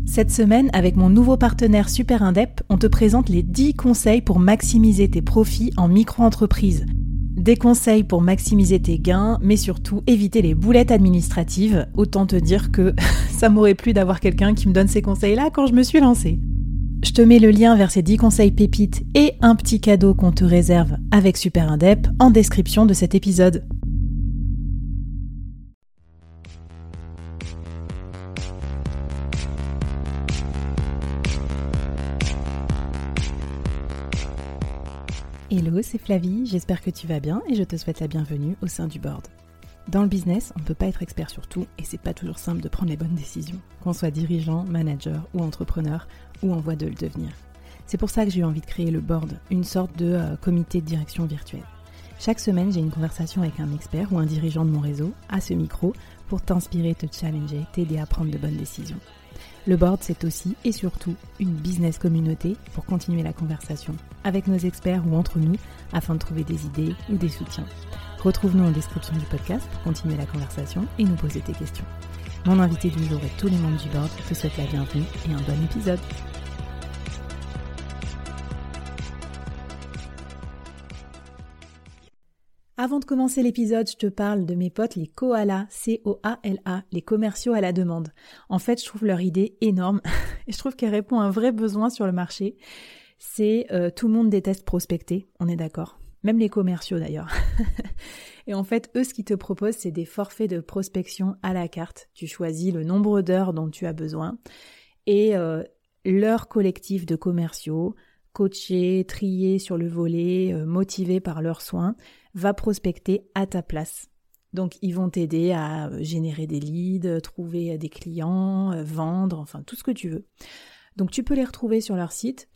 Cette semaine, avec mon nouveau partenaire Super Indep, on te présente les 10 conseils pour maximiser tes profits en micro-entreprise. Des conseils pour maximiser tes gains, mais surtout éviter les boulettes administratives. Autant te dire que ça m'aurait plu d'avoir quelqu'un qui me donne ces conseils-là quand je me suis lancée. Je te mets le lien vers ces 10 conseils pépites et un petit cadeau qu'on te réserve avec Super Indep en description de cet épisode. Hello, c'est Flavie, j'espère que tu vas bien et je te souhaite la bienvenue au sein du board. Dans le business, on ne peut pas être expert sur tout et c'est pas toujours simple de prendre les bonnes décisions, qu'on soit dirigeant, manager ou entrepreneur ou en voie de le devenir. C'est pour ça que j'ai eu envie de créer le board, une sorte de comité de direction virtuel. Chaque semaine, j'ai une conversation avec un expert ou un dirigeant de mon réseau, à ce micro, pour t'inspirer, te challenger, t'aider à prendre de bonnes décisions. Le board, c'est aussi et surtout une business communauté pour continuer la conversation avec nos experts ou entre nous afin de trouver des idées ou des soutiens. Retrouve-nous en description du podcast pour continuer la conversation et nous poser tes questions. Mon invité du jour et tous les membres du board te souhaitent la bienvenue et un bon épisode. Avant de commencer l'épisode, je te parle de mes potes les Koala, C-O-A-L-A, les commerciaux à la demande. En fait, je trouve leur idée énorme et je trouve qu'elle répond à un vrai besoin sur le marché. C'est tout le monde déteste prospecter, on est d'accord. Même les commerciaux d'ailleurs. Et en fait, eux, ce qu'ils te proposent, c'est des forfaits de prospection à la carte. Tu choisis le nombre d'heures dont tu as besoin et leur collectif de commerciaux, coachés, triés sur le volet, motivés par leurs soins, va prospecter à ta place. Donc, ils vont t'aider à générer des leads, trouver des clients, vendre, enfin tout ce que tu veux. Donc, tu peux les retrouver sur leur site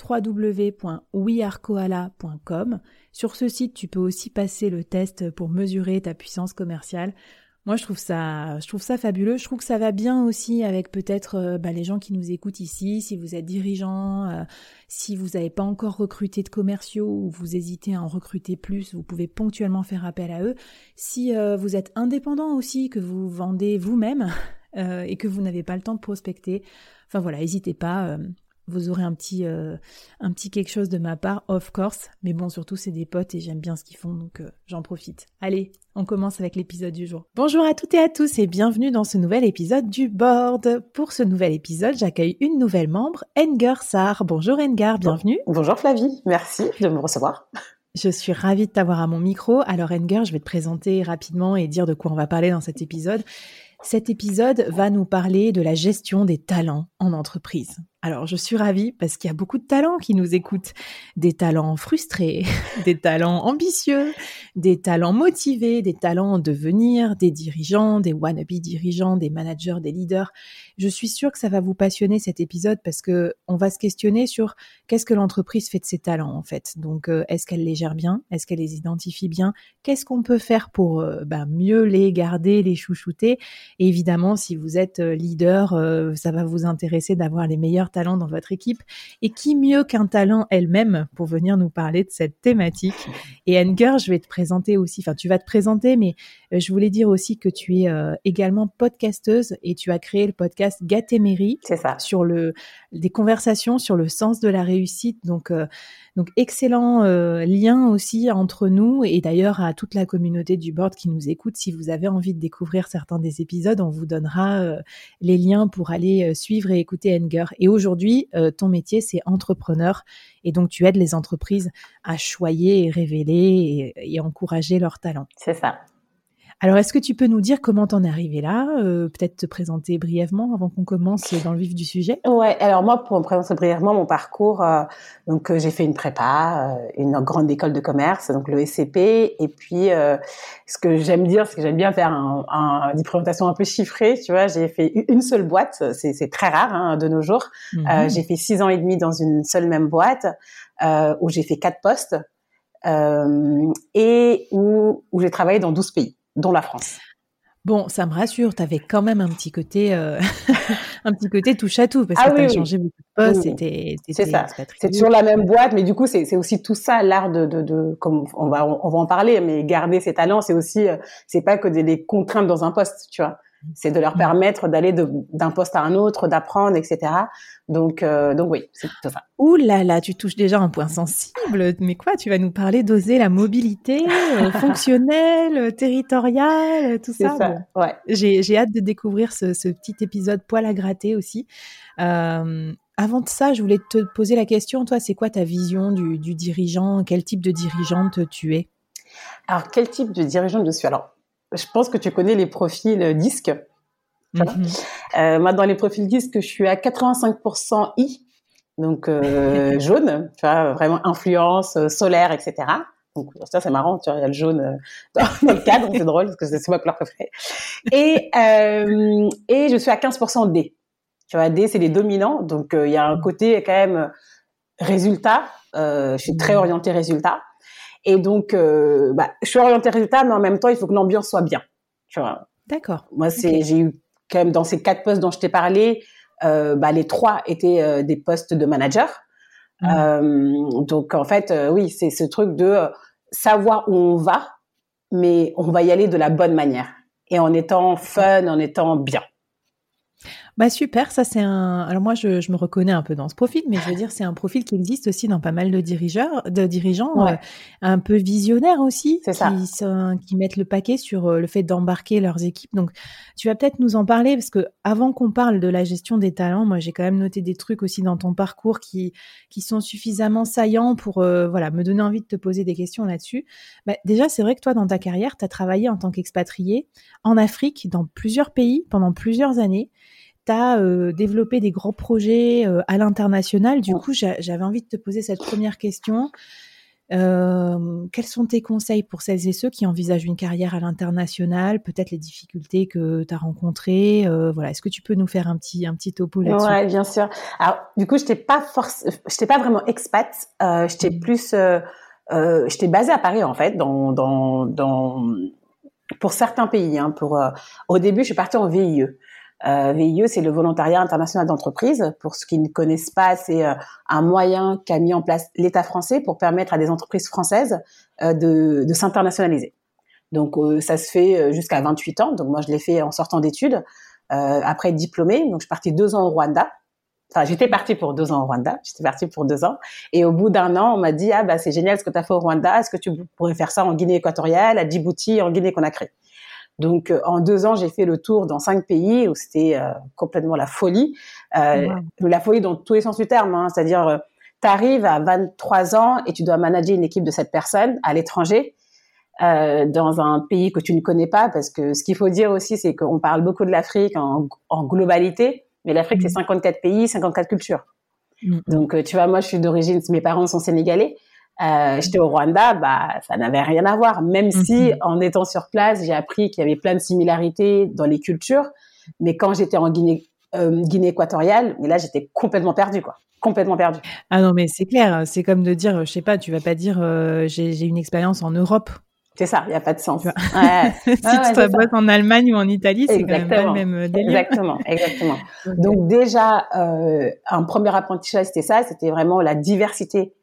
www.wearekoala.com. Sur ce site, tu peux aussi passer le test pour mesurer ta puissance commerciale. Moi, je trouve ça fabuleux. Je trouve que ça va bien aussi avec peut-être les gens qui nous écoutent ici. Si vous êtes dirigeant, si vous n'avez pas encore recruté de commerciaux ou vous hésitez à en recruter plus, vous pouvez ponctuellement faire appel à eux. Si vous êtes indépendant aussi, que vous vendez vous-même et que vous n'avez pas le temps de prospecter, enfin voilà, n'hésitez pas. Vous aurez un petit quelque chose de ma part, of course. Mais bon, surtout, c'est des potes et j'aime bien ce qu'ils font, donc j'en profite. Allez, on commence avec l'épisode du jour. Bonjour à toutes et à tous et bienvenue dans ce nouvel épisode du board. Pour ce nouvel épisode, j'accueille une nouvelle membre, Ngar Sarr. Bonjour Ngar, bienvenue. Bonjour Flavie, merci de me recevoir. Je suis ravie de t'avoir à mon micro. Alors Ngar, je vais te présenter rapidement et dire de quoi on va parler dans cet épisode. Cet épisode va nous parler de la gestion des talents en entreprise. Alors, je suis ravie parce qu'il y a beaucoup de talents qui nous écoutent. Des talents frustrés, des talents ambitieux, des talents motivés, des talents en devenir, des dirigeants, des wannabe dirigeants, des managers, des leaders. Je suis sûre que ça va vous passionner cet épisode parce que on va se questionner sur qu'est-ce que l'entreprise fait de ses talents en fait. Donc, est-ce qu'elle les gère bien? Est-ce qu'elle les identifie bien? Qu'est-ce qu'on peut faire pour mieux les garder, les chouchouter? Et évidemment, si vous êtes leader, ça va vous intéresser d'avoir les meilleurs talents dans votre équipe. Et qui mieux qu'un talent elle-même pour venir nous parler de cette thématique. Et Ngar, je vais te présenter aussi, enfin tu vas te présenter, mais je voulais dire aussi que tu es également podcasteuse et tu as créé le podcast Gatémérie. C'est ça. Sur des conversations sur le sens de la réussite. Donc excellent lien aussi entre nous et d'ailleurs à toute la communauté du board qui nous écoute. Si vous avez envie de découvrir certains des épisodes, on vous donnera les liens pour aller suivre et écouter Ngar. Et aujourd'hui, ton métier, c'est entrepreneur et donc tu aides les entreprises à choyer et révéler et encourager leurs talents. C'est ça. Alors, est-ce que tu peux nous dire comment t'en es arrivé là? Peut-être te présenter brièvement avant qu'on commence dans le vif du sujet. Ouais, alors moi, pour me présenter brièvement mon parcours, j'ai fait une prépa, une grande école de commerce, donc le SCP, et puis ce que j'aime dire, c'est que j'aime bien faire une présentation un peu chiffrée, tu vois. J'ai fait une seule boîte, c'est très rare de nos jours. J'ai fait 6 ans et demi dans une seule même boîte, où j'ai fait 4 postes, et où j'ai travaillé dans 12 pays. Dont la France. Bon, ça me rassure, tu avais quand même un petit côté touche à tout, parce que tu as changé beaucoup de postes, c'est ça. C'est toujours la même boîte, mais du coup, c'est aussi tout ça, l'art de comme on va en parler, mais garder ses talents, c'est aussi, c'est pas que des contraintes dans un poste, tu vois. C'est de leur permettre d'aller d'un poste à un autre, d'apprendre, etc. Donc oui, c'est tout ça. Ouh là là, tu touches déjà un point sensible. Mais quoi, tu vas nous parler d'oser la mobilité fonctionnelle, territoriale, tout C'est ça. ça, Bon, ouais. j'ai hâte de découvrir ce petit épisode poil à gratter aussi. Avant de ça, je voulais te poser la question, toi, c'est quoi ta vision du dirigeant? Quel type de dirigeante tu es? Alors, quel type de dirigeante je suis? Alors, je pense que tu connais les profils DISC. Moi, dans les profils DISC, je suis à 85% I, donc jaune, tu vois, vraiment influence solaire, etc. Donc ça, c'est marrant, tu vois, il y a le jaune dans le cadre, c'est drôle parce que c'est ma couleur préférée. Et je suis à 15% D. Tu vois, D, c'est les dominants, donc il y a un côté quand même résultat. Je suis très orientée résultat. Et donc, je suis orientée résultat, mais en même temps, il faut que l'ambiance soit bien. Tu vois. D'accord. Moi, j'ai eu quand même dans ces 4 postes dont je t'ai parlé, les 3 étaient des postes de manager. Donc, en fait, oui, c'est ce truc de savoir où on va, mais on va y aller de la bonne manière et en étant fun, en étant bien. Bah super, ça c'est un. Alors moi je me reconnais un peu dans ce profil, mais je veux dire c'est un profil qui existe aussi dans pas mal de dirigeants, Ouais. Un peu visionnaires aussi, C'est ça. qui mettent le paquet sur le fait d'embarquer leurs équipes. Donc tu vas peut-être nous en parler parce que avant qu'on parle de la gestion des talents, moi j'ai quand même noté des trucs aussi dans ton parcours qui sont suffisamment saillants pour me donner envie de te poser des questions là-dessus. Bah, déjà c'est vrai que toi dans ta carrière, tu as travaillé en tant qu'expatrié en Afrique, dans plusieurs pays pendant plusieurs années. Tu as développé des gros projets à l'international. Du coup, j'avais envie de te poser cette première question. Quels sont tes conseils pour celles et ceux qui envisagent une carrière à l'international, peut-être les difficultés que tu as rencontrées, est-ce que tu peux nous faire un petit topo là-dessus? Ouais, bien sûr. Alors, du coup, j'étais pas vraiment expat. J'étais plus, j'étais basée à Paris en fait, pour certains pays. Hein, au début, je suis partie en VIE. VIE, c'est le volontariat international d'entreprise. Pour ceux qui ne connaissent pas, c'est un moyen qu'a mis en place l'État français pour permettre à des entreprises françaises de s'internationaliser. Donc, ça se fait jusqu'à 28 ans. Donc, moi, je l'ai fait en sortant d'études, après être diplômée. Donc, je suis partie 2 ans au Rwanda. Enfin, j'étais partie pour 2 ans au Rwanda. J'étais partie pour 2 ans. Et au bout d'1 an, on m'a dit, c'est génial ce que tu as fait au Rwanda. Est-ce que tu pourrais faire ça en Guinée équatoriale, à Djibouti, en Guinée-Conakry? Donc, en 2 ans, j'ai fait le tour dans 5 pays où c'était complètement la folie. La folie dans tous les sens du terme, hein. C'est-à-dire, tu arrives à 23 ans et tu dois manager une équipe de 7 personnes à l'étranger, dans un pays que tu ne connais pas, parce que ce qu'il faut dire aussi, c'est qu'on parle beaucoup de l'Afrique en globalité, mais l'Afrique, c'est 54 pays, 54 cultures. Donc, tu vois, moi, je suis d'origine, mes parents sont sénégalais. J'étais au Rwanda, ça n'avait rien à voir. Même si, en étant sur place, j'ai appris qu'il y avait plein de similarités dans les cultures. Mais quand j'étais en Guinée équatoriale, mais là, j'étais complètement perdue, quoi. Complètement perdue. Ah non, mais c'est clair. C'est comme de dire, je sais pas, tu vas pas dire, j'ai une expérience en Europe. C'est ça, il n'y a pas de sens. Ouais. Si tu bosses en Allemagne ou en Italie, c'est quand même pas le même délire. Exactement. Okay. Donc déjà, un premier apprentissage, c'était ça, c'était vraiment la diversité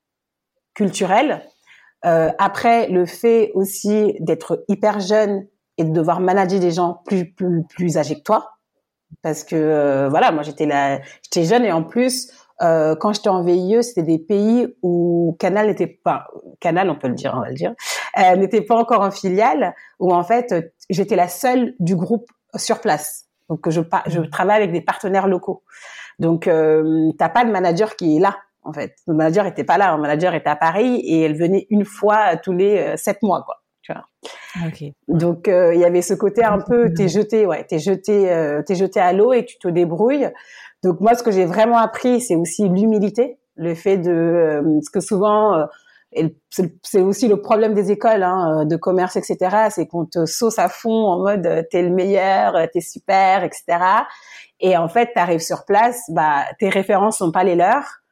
culturelle. Après, le fait aussi d'être hyper jeune et de devoir manager des gens plus âgés que toi, parce que moi j'étais jeune et en plus quand j'étais en VIE, c'était des pays où Canal n'était pas Canal, on va le dire, n'était pas encore en filiale, où en fait j'étais la seule du groupe sur place. Donc je travaille avec des partenaires locaux. Donc t'as pas de manager qui est là. En fait, le manager était pas là. Le manager était à Paris et elle venait une fois tous les 7 mois, quoi. Tu vois. Okay. Donc il y avait ce côté un peu, t'es jeté à l'eau et tu te débrouilles. Donc moi, ce que j'ai vraiment appris, c'est aussi l'humilité, le fait de, parce que souvent, c'est aussi le problème des écoles de commerce, etc. C'est qu'on te sauce à fond en mode t'es le meilleur, t'es super, etc. Et en fait, t'arrives sur place, tes références sont pas les leurs.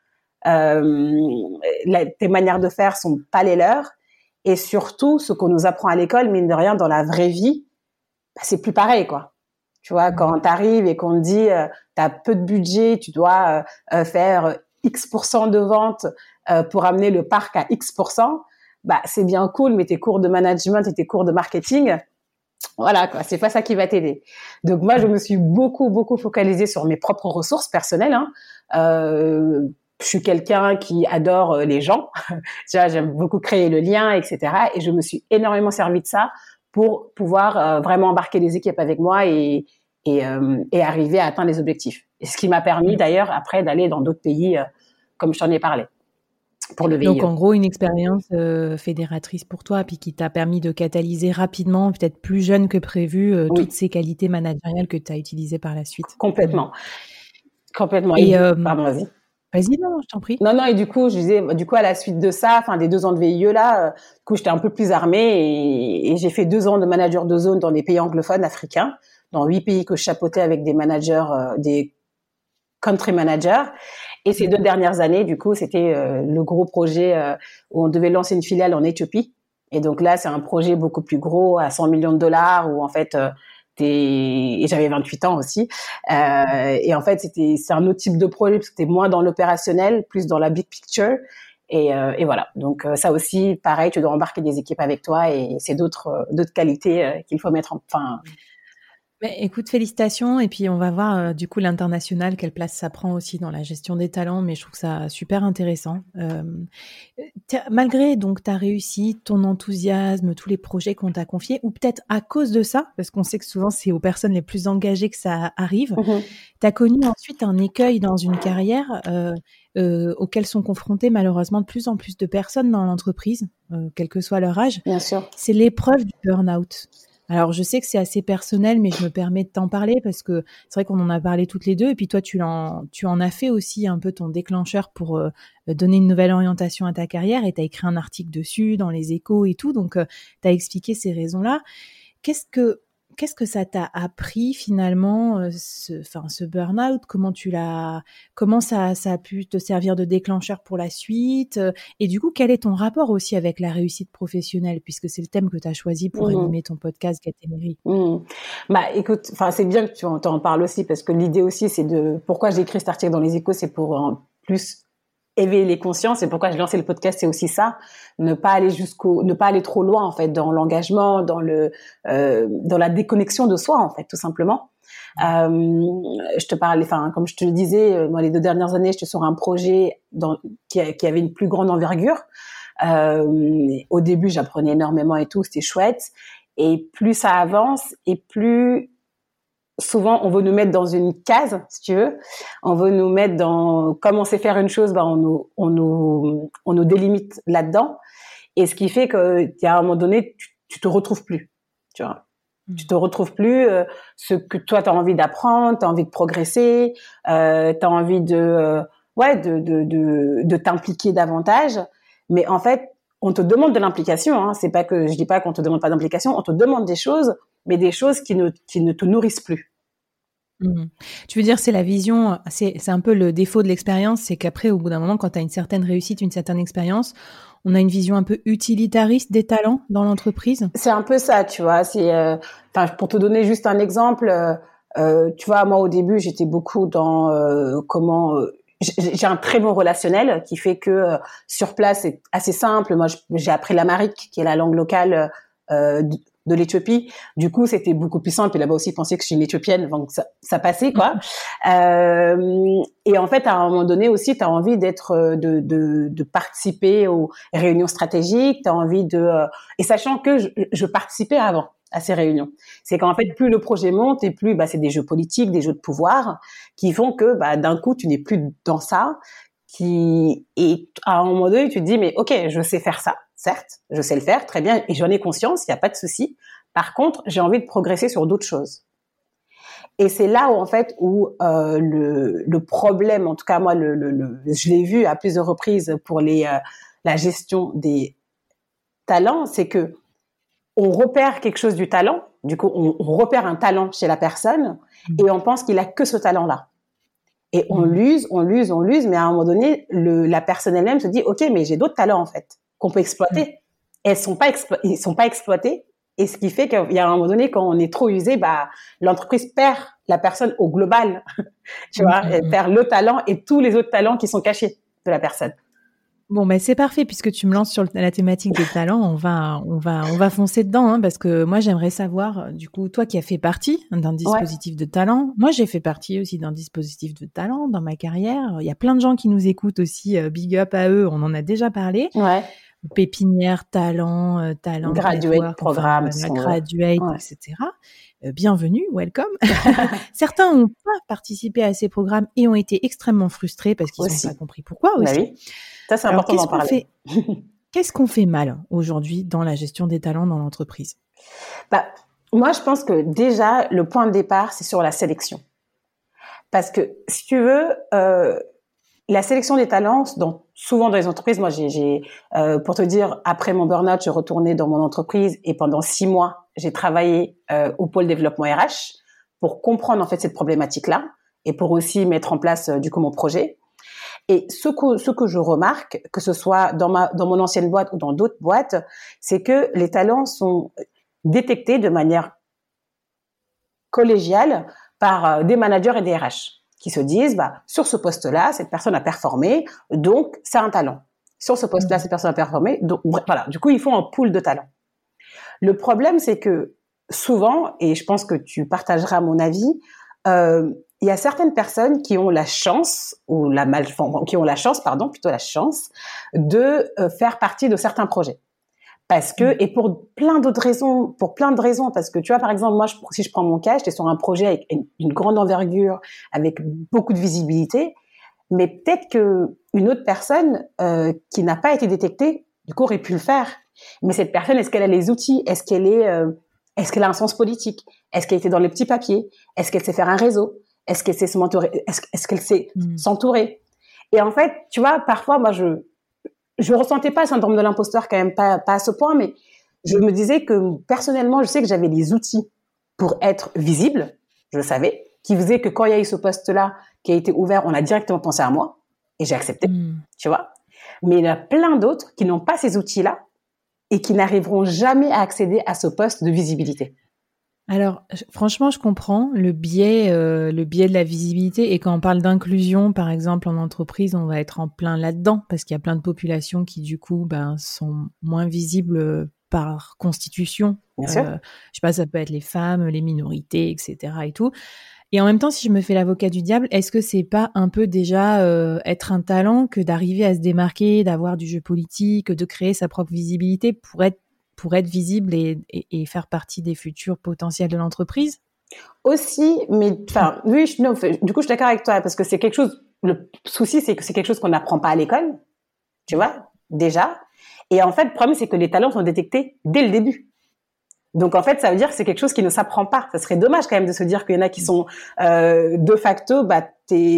Tes manières de faire sont pas les leurs, et surtout ce qu'on nous apprend à l'école, mine de rien, dans la vraie vie, c'est plus pareil, quoi. Tu vois, quand t'arrives et qu'on te dit t'as peu de budget, tu dois faire X% de ventes pour amener le parc à X%, c'est bien cool, mais tes cours de management et tes cours de marketing, Voilà, quoi, c'est pas ça qui va t'aider. Donc moi, je me suis beaucoup focalisée sur mes propres ressources personnelles. Hein. Je suis quelqu'un qui adore les gens. Tu vois, j'aime beaucoup créer le lien, etc. Et je me suis énormément servi de ça pour pouvoir vraiment embarquer les équipes avec moi et arriver à atteindre les objectifs. Et ce qui m'a permis d'ailleurs après d'aller dans d'autres pays, comme je t'en ai parlé, pour le VIE. Donc en gros, une expérience fédératrice pour toi, puis qui t'a permis de catalyser rapidement, peut-être plus jeune que prévu, toutes ces qualités managériales que tu as utilisées par la suite. Complètement. Complètement. Et pardon, vas-y. Vas-y, non, je t'en prie. Non, et du coup, je disais, à la suite de ça, enfin, des 2 ans de VIE là, du coup, j'étais un peu plus armée et j'ai fait 2 ans de manager de zone dans les pays anglophones africains, dans 8 pays que je chapeautais avec des managers, des country managers. Et ces 2 dernières années, du coup, c'était le gros projet où on devait lancer une filiale en Éthiopie. Et donc là, c'est un projet beaucoup plus gros, à 100 millions de dollars, où en fait, et j'avais 28 ans aussi. Et en fait, c'est un autre type de projet, parce que c'était moins dans l'opérationnel, plus dans la big picture. Et voilà. Donc ça aussi, pareil, tu dois embarquer des équipes avec toi, et c'est d'autres qualités qu'il faut mettre enfin. Mais écoute, félicitations. Et puis, on va voir du coup l'international, quelle place ça prend aussi dans la gestion des talents. Mais je trouve ça super intéressant. Malgré donc ta réussite, ton enthousiasme, tous les projets qu'on t'a confiés, ou peut-être à cause de ça, parce qu'on sait que souvent c'est aux personnes les plus engagées que ça arrive, tu as connu ensuite un écueil dans une carrière auquel sont confrontées malheureusement de plus en plus de personnes dans l'entreprise, quel que soit leur âge. Bien sûr. C'est l'épreuve du burn-out. Alors, je sais que c'est assez personnel, mais je me permets de t'en parler parce que c'est vrai qu'on en a parlé toutes les deux. Et puis toi, tu en as fait aussi un peu ton déclencheur pour donner une nouvelle orientation à ta carrière. Et tu as écrit un article dessus dans les Échos et tout. Donc, tu as expliqué ces raisons-là. Qu'est-ce que ça t'a appris finalement, ce burn-out? Comment ça a pu te servir de déclencheur pour la suite? Et du coup, quel est ton rapport aussi avec la réussite professionnelle, puisque c'est le thème que tu as choisi pour animer ton podcast Get Emery? Bah, écoute, enfin, c'est bien que tu en parles aussi, parce que l'idée aussi, c'est pourquoi j'ai écrit cet article dans les Échos, c'est pour plus éveiller les consciences, et pourquoi j'ai lancé le podcast, c'est aussi ça, ne pas aller trop loin en fait dans l'engagement, dans la déconnexion de soi en fait, tout simplement. Je te parlais, enfin comme je te le disais, moi les 2 dernières années, j'étais sur un projet qui avait une plus grande envergure. Au début, j'apprenais énormément et tout, c'était chouette. Et plus ça avance, et plus souvent, on veut nous mettre dans une case, si tu veux. On veut nous mettre dans, comme on sait faire une chose, on nous délimite là-dedans. Et ce qui fait que, à un moment donné, tu te retrouves plus, tu vois. Tu te retrouves plus ce que toi t'as envie d'apprendre, t'as envie de progresser, t'as envie de t'impliquer davantage. Mais en fait, on te demande de l'implication, hein. C'est pas que je dis pas qu'on te demande pas d'implication, on te demande des choses, mais des choses qui ne te nourrissent plus. Tu veux dire, c'est la vision, c'est un peu le défaut de l'expérience, c'est qu'après, au bout d'un moment, quand tu as une certaine réussite, une certaine expérience, on a une vision un peu utilitariste des talents dans l'entreprise. C'est un peu ça, tu vois. C'est, pour te donner juste un exemple, tu vois, moi au début, j'étais beaucoup dans j'ai un très bon relationnel qui fait que sur place c'est assez simple. Moi, j'ai appris l'amharique, qui est la langue locale de l'Éthiopie. Du coup, c'était beaucoup plus simple. Et là-bas aussi, ils pensaient que je suis une Éthiopienne, donc ça passait, quoi. Et en fait, à un moment donné aussi, tu as envie de participer aux réunions stratégiques. Tu as envie et sachant que je participais avant à ces réunions. C'est qu'en fait, plus le projet monte et plus, c'est des jeux politiques, des jeux de pouvoir qui font que, d'un coup, tu n'es plus dans ça. Et à un moment donné, tu te dis, mais ok, je sais faire ça. Certes, je sais le faire, très bien, et j'en ai conscience, il n'y a pas de souci. Par contre, j'ai envie de progresser sur d'autres choses. Et c'est là où, en fait, le problème, en tout cas, moi, je l'ai vu à plusieurs reprises pour la gestion des talents, c'est que on repère quelque chose du talent, du coup, on repère un talent chez la personne, et on pense qu'il a que ce talent-là. Et on l'use, mais à un moment donné, la personne elle-même se dit, ok, mais j'ai d'autres talents, en fait, qu'on peut exploiter. Et ils sont pas exploités. Et ce qui fait qu'il y a un moment donné, quand on est trop usé, l'entreprise perd la personne au global. Tu vois, elle perd le talent et tous les autres talents qui sont cachés de la personne. Bon, ben c'est parfait puisque tu me lances sur la thématique des talents. On va foncer dedans, hein, parce que moi j'aimerais savoir, du coup, toi qui as fait partie d'un Ouais, dispositif de talent, moi j'ai fait partie aussi d'un dispositif de talent dans ma carrière. Il y a plein de gens qui nous écoutent aussi. Big up à eux. On en a déjà parlé. ouais. Pépinière, talent, talent Graduate network, enfin programme, ce voilà, qu'on veut. graduate, Ouais. etc. Bienvenue, welcome. Certains n'ont pas participé à ces programmes et ont été extrêmement frustrés parce qu'ils n'ont pas Aussi. compris pourquoi Bah aussi. oui. Ça, c'est Alors, important d'en parler. qu'est-ce qu'on fait mal aujourd'hui dans la gestion des talents dans l'entreprise? Bah, moi, je pense que déjà, le point de départ, c'est sur la sélection. Parce que, si tu veux, la sélection des talents, souvent dans les entreprises, moi, pour te dire, après mon burn-out, je suis retournée dans mon entreprise et pendant 6 mois, j'ai travaillé au pôle développement RH pour comprendre en fait cette problématique-là et pour aussi mettre en place du coup mon projet. Et ce que je remarque, que ce soit dans mon ancienne boîte ou dans d'autres boîtes, c'est que les talents sont détectés de manière collégiale par des managers et des RH qui se disent, bah, sur ce poste-là, cette personne a performé, donc c'est un talent. Sur ce poste-là, cette personne a performé, donc voilà. Du coup, ils font un pool de talents. Le problème, c'est que souvent, et je pense que tu partageras mon avis, il y a certaines personnes qui ont la chance ou plutôt la chance de faire partie de certains projets. Parce que, et pour plein de raisons, parce que tu vois, par exemple, moi, si je prends mon cas, j'étais sur un projet avec une grande envergure, avec beaucoup de visibilité, mais peut-être que une autre personne qui n'a pas été détectée, du coup, aurait pu le faire. Mais cette personne, est-ce qu'elle a les outils? Est-ce qu'elle a un sens politique? Est-ce qu'elle était dans les petits papiers? Est-ce qu'elle sait faire un réseau? Est-ce qu'elle sait se mentorer? Est-ce qu'elle sait s'entourer? Et en fait, tu vois, parfois, moi, je ressentais pas le syndrome de l'imposteur quand même, pas à ce point, mais je me disais que personnellement, je sais que j'avais les outils pour être visible, je le savais, qui faisait que quand il y a eu ce poste-là qui a été ouvert, on a directement pensé à moi et j'ai accepté, tu vois. Mais il y en a plein d'autres qui n'ont pas ces outils-là et qui n'arriveront jamais à accéder à ce poste de visibilité. Alors, franchement, je comprends le biais de la visibilité. Et quand on parle d'inclusion, par exemple, en entreprise, on va être en plein là-dedans parce qu'il y a plein de populations qui, du coup, sont moins visibles par constitution. Bien sûr. Je sais pas, ça peut être les femmes, les minorités, etc. et tout. Et en même temps, si je me fais l'avocat du diable, est-ce que c'est pas un peu déjà être un talent que d'arriver à se démarquer, d'avoir du jeu politique, de créer sa propre visibilité pour être visible et faire partie des futurs potentiels de l'entreprise? Aussi, mais enfin, oui, du coup, je suis d'accord avec toi parce que c'est quelque chose. Le souci, c'est que c'est quelque chose qu'on n'apprend pas à l'école, tu vois, déjà. Et en fait, le problème, c'est que les talents sont détectés dès le début. Donc, en fait, ça veut dire que c'est quelque chose qui ne s'apprend pas. Ça serait dommage quand même de se dire qu'il y en a qui sont de facto, bah,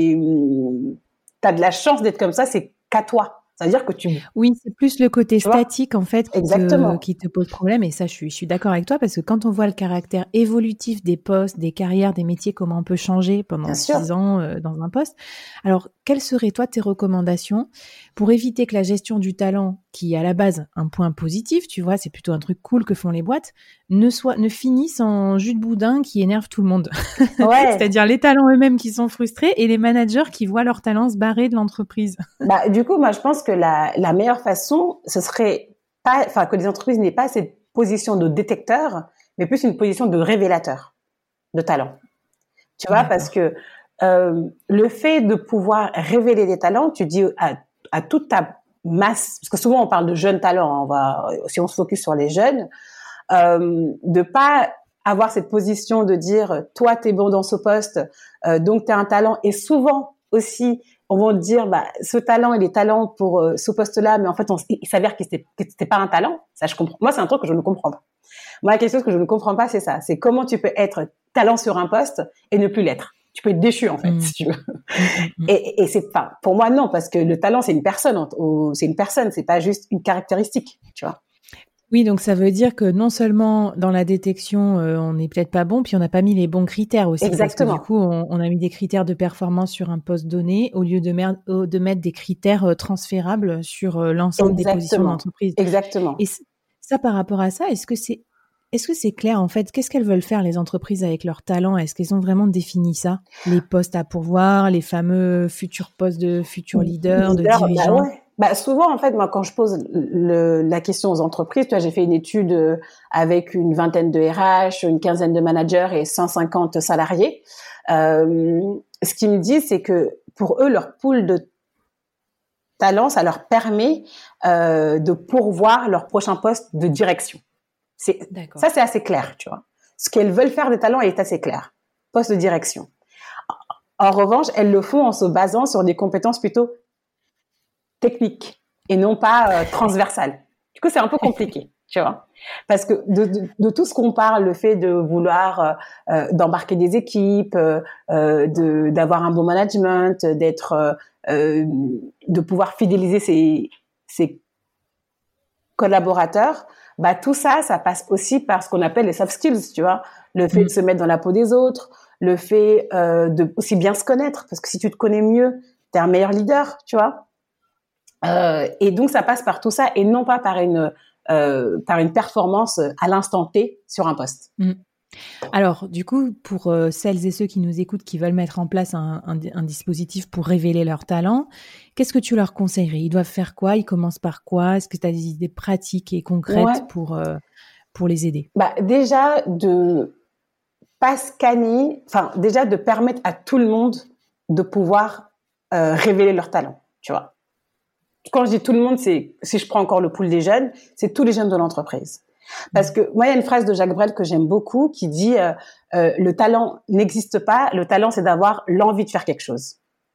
t'as de la chance d'être comme ça, c'est qu'à toi. Ça veut dire que Oui, c'est plus le côté tu vois, statique en fait exactement. qui te pose problème. Et ça, je suis d'accord avec toi parce que quand on voit le caractère évolutif des postes, des carrières, des métiers, comment on peut changer pendant Bien sûr. 6 ans dans un poste. Alors, quelles seraient toi tes recommandations pour éviter que la gestion du talent, qui est à la base un point positif, tu vois, c'est plutôt un truc cool que font les boîtes, ne finisse en jus de boudin qui énerve tout le monde. Ouais. C'est-à-dire les talents eux-mêmes qui sont frustrés et les managers qui voient leurs talents se barrer de l'entreprise. Bah, du coup, moi, je pense que la meilleure façon, ce serait pas, enfin, que les entreprises n'aient pas cette position de détecteur, mais plus une position de révélateur de talent. Tu vois, parce que le fait de pouvoir révéler des talents, tu dis à toute ta masse, parce que souvent on parle de jeunes talents, si on se focus sur les jeunes, de pas avoir cette position de dire toi t'es bon dans ce poste, donc t'es un talent, et souvent aussi on va dire bah ce talent il est talent pour ce poste-là, mais en fait il s'avère que c'était pas un talent. Ça je comprends. Moi c'est un truc que je ne comprends pas. Moi quelque chose que je ne comprends pas c'est ça, c'est comment tu peux être talent sur un poste et ne plus l'être. Tu peux être déchu en fait si tu veux. Et c'est pas pour moi non, parce que le talent c'est une personne, c'est pas juste une caractéristique, tu vois. Oui, donc ça veut dire que non seulement dans la détection, on n'est peut-être pas bon, puis on n'a pas mis les bons critères aussi. Exactement. Parce que du coup, on a mis des critères de performance sur un poste donné au lieu de mettre des critères transférables sur l'ensemble des positions de l'entreprise. Exactement. Et ça, par rapport à ça, est-ce que c'est clair en fait? Qu'est-ce qu'elles veulent faire les entreprises avec leurs talents? Est-ce qu'elles ont vraiment défini ça? Les postes à pourvoir, les fameux futurs postes de futurs leaders, de dirigeants? Bah ouais. Bah souvent en fait moi quand je pose la question aux entreprises, tu vois, j'ai fait une étude avec une vingtaine de RH, une quinzaine de managers et 150 salariés. Ce qu'ils me disent, c'est que pour eux leur pool de talent, ça leur permet de pourvoir leur prochain poste de direction. D'accord. Ça c'est assez clair, tu vois. Ce qu'elles veulent faire des talents est assez clair. Poste de direction. En revanche, elles le font en se basant sur des compétences plutôt techniques et non pas transversales. Du coup, c'est un peu compliqué, tu vois. Parce que de tout ce qu'on parle, le fait de vouloir d'embarquer des équipes, d'avoir un bon management, de pouvoir fidéliser ses collaborateurs, bah tout ça, ça passe aussi par ce qu'on appelle les soft skills, tu vois. Le fait de se mettre dans la peau des autres, le fait de aussi bien se connaître, parce que si tu te connais mieux, t'es un meilleur leader, tu vois. Et donc ça passe par tout ça et non pas par une performance à l'instant T sur un poste. Alors, du coup, pour celles et ceux qui nous écoutent, qui veulent mettre en place un dispositif pour révéler leur talent, qu'est-ce que tu leur conseillerais? Ils doivent faire quoi? Ils commencent par quoi? Est-ce que tu as des idées pratiques et concrètes pour les aider? Bah déjà de pas scanner, enfin déjà de permettre à tout le monde de pouvoir révéler leur talent, tu vois. Quand je dis tout le monde, c'est si je prends encore le pool des jeunes, c'est tous les jeunes de l'entreprise. Parce que moi, il y a une phrase de Jacques Brel que j'aime beaucoup qui dit le talent n'existe pas, le talent c'est d'avoir l'envie de faire quelque chose.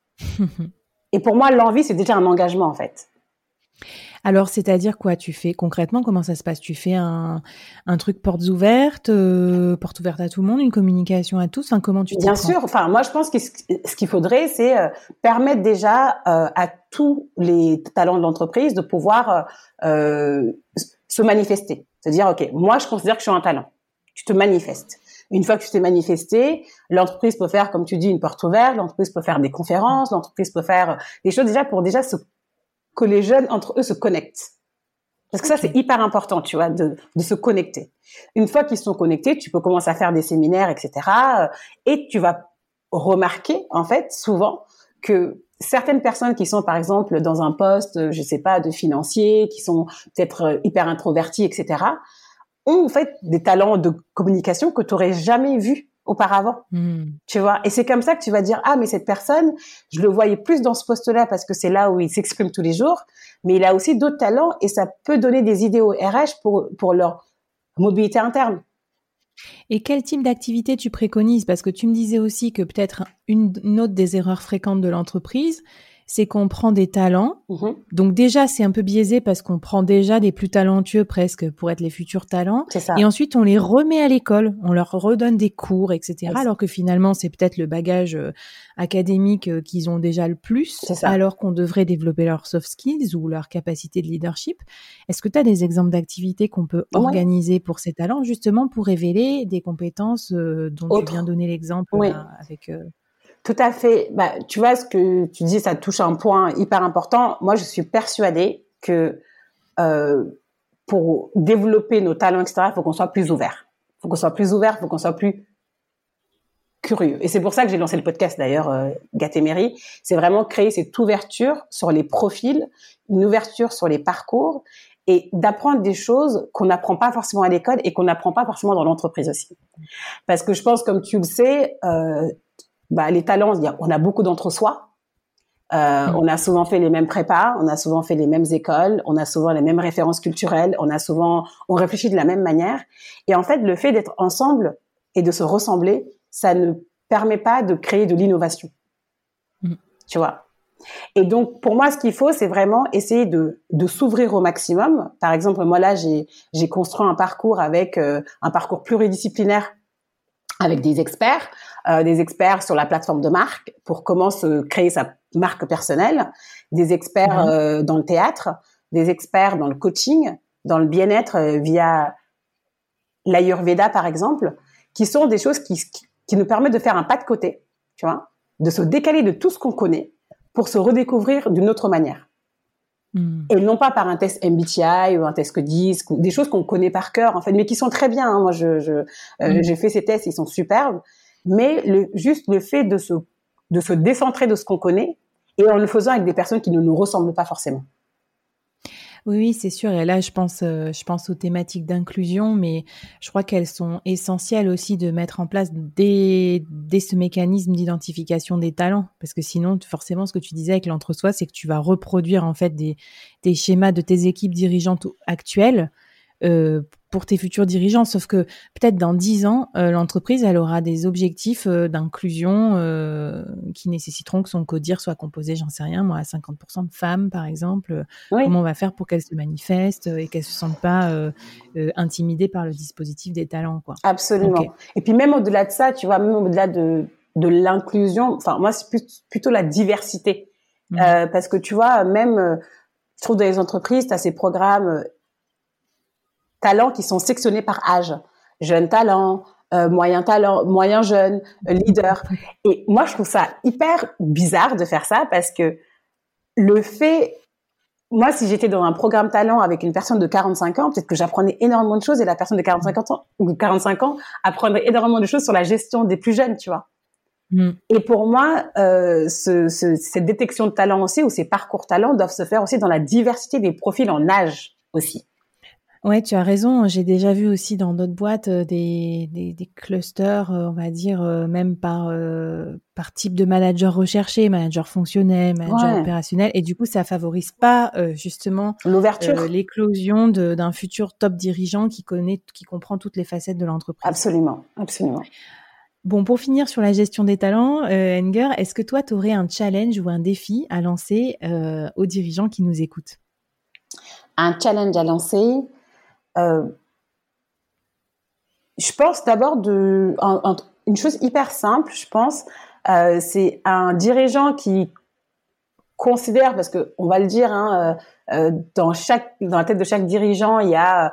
Et pour moi, l'envie c'est déjà un engagement en fait. Alors, c'est-à-dire quoi tu fais concrètement? Comment ça se passe? Tu fais un truc portes ouvertes à tout le monde, une communication à tous? Enfin, comment tu t'y Bien prends? sûr. Enfin, moi, je pense que ce qu'il faudrait, c'est permettre déjà à tous les talents de l'entreprise de pouvoir se manifester. C'est-à-dire, OK, moi, je considère que je suis un talent. Tu te manifestes. Une fois que tu t'es manifesté, l'entreprise peut faire, comme tu dis, une porte ouverte. L'entreprise peut faire des conférences. L'entreprise peut faire des choses déjà pour déjà que les jeunes entre eux se connectent. Parce que ça, c'est hyper important, tu vois, de se connecter. Une fois qu'ils sont connectés, tu peux commencer à faire des séminaires, etc. Et tu vas remarquer, en fait, souvent, que certaines personnes qui sont, par exemple, dans un poste, je sais pas, de financier, qui sont peut-être hyper introvertis, etc., ont, en fait, des talents de communication que tu n'aurais jamais vus auparavant. Tu vois, et c'est comme ça que tu vas dire ah mais cette personne je le voyais plus dans ce poste-là parce que c'est là où il s'exprime tous les jours, mais il a aussi d'autres talents et ça peut donner des idées aux RH pour leur mobilité interne. Et quel type d'activité tu préconises? Parce que tu me disais aussi que peut-être une autre des erreurs fréquentes de l'entreprise, c'est qu'on prend des talents. Donc déjà, c'est un peu biaisé parce qu'on prend déjà des plus talentueux presque pour être les futurs talents. C'est ça. Et ensuite, on les remet à l'école. On leur redonne des cours, etc. Alors que finalement, c'est peut-être le bagage académique qu'ils ont déjà le plus, alors qu'on devrait développer leurs soft skills ou leur capacité de leadership. Est-ce que tu as des exemples d'activités qu'on peut organiser pour ces talents, justement pour révéler des compétences dont tu viens donner l'exemple là, avec... Tout à fait. Bah, tu vois, ce que tu dis, ça touche un point hyper important. Moi, je suis persuadée que pour développer nos talents, etc., il faut qu'on soit plus ouvert. Il faut qu'on soit plus ouvert, il faut qu'on soit plus curieux. Et c'est pour ça que j'ai lancé le podcast, d'ailleurs, Gatéméry. C'est vraiment créer cette ouverture sur les profils, une ouverture sur les parcours et d'apprendre des choses qu'on n'apprend pas forcément à l'école et qu'on n'apprend pas forcément dans l'entreprise aussi. Parce que je pense, comme tu le sais, les talents, on a beaucoup d'entre-soi. On a souvent fait les mêmes prépas, on a souvent fait les mêmes écoles, on a souvent les mêmes références culturelles, on réfléchit de la même manière. Et en fait, le fait d'être ensemble et de se ressembler, ça ne permet pas de créer de l'innovation. Tu vois. Et donc, pour moi, ce qu'il faut, c'est vraiment essayer de s'ouvrir au maximum. Par exemple, moi là, j'ai construit un parcours avec un parcours pluridisciplinaire avec des experts sur la plateforme de marque pour comment se créer sa marque personnelle, des experts dans le théâtre, des experts dans le coaching, dans le bien-être via l'Ayurveda par exemple, qui sont des choses qui nous permettent de faire un pas de côté, tu vois, de se décaler de tout ce qu'on connaît pour se redécouvrir d'une autre manière. Et non pas par un test MBTI ou un test Codisc ou des choses qu'on connaît par cœur en fait, mais qui sont très bien. Hein. Moi, j'ai fait ces tests, ils sont superbes. Mais juste le fait de se décentrer de ce qu'on connaît et en le faisant avec des personnes qui ne nous ressemblent pas forcément. Oui, oui, c'est sûr. Et là, je pense aux thématiques d'inclusion, mais je crois qu'elles sont essentielles aussi de mettre en place dès ce mécanisme d'identification des talents. Parce que sinon, forcément, ce que tu disais avec l'entre-soi, c'est que tu vas reproduire en fait des schémas de tes équipes dirigeantes actuelles pour tes futurs dirigeants. Sauf que peut-être dans 10 ans, l'entreprise, elle aura des objectifs d'inclusion qui nécessiteront que son codir soit composé, j'en sais rien, moi, à 50% de femmes, par exemple. Oui, Comment on va faire pour qu'elles se manifestent et qu'elles se sentent pas intimidées par le dispositif des talents, quoi. Ok. absolument. Et puis même au-delà de ça, tu vois, même au-delà de l'inclusion, enfin moi c'est plutôt la diversité. Mhm. Parce que tu vois, même je trouve dans les entreprises, tu as ces programmes talents qui sont sectionnés par âge. Jeunes talent, moyen jeune, leader. Et moi, je trouve ça hyper bizarre de faire ça parce que le fait, moi, si j'étais dans un programme talent avec une personne de 45 ans, peut-être que j'apprenais énormément de choses et la personne de 45 ans apprendrait énormément de choses sur la gestion des plus jeunes, tu vois. Mhm. Et pour moi, cette détection de talent aussi ou ces parcours talents doivent se faire aussi dans la diversité des profils en âge aussi. Ouais, tu as raison. J'ai déjà vu aussi dans d'autres boîtes des clusters, on va dire, même par type de manager recherché, manager fonctionnel, manager Ouais, opérationnel. Et du coup, ça favorise pas justement l'ouverture, l'éclosion d'un futur top dirigeant qui comprend toutes les facettes de l'entreprise. absolument, absolument. Bon, pour finir sur la gestion des talents, Enger, est-ce que toi, tu aurais un challenge ou un défi à lancer aux dirigeants qui nous écoutent? Un challenge à lancer. Euh, je pense d'abord une chose hyper simple, je pense, c'est un dirigeant qui considère, parce que on va le dire, hein, dans la tête de chaque dirigeant, il y a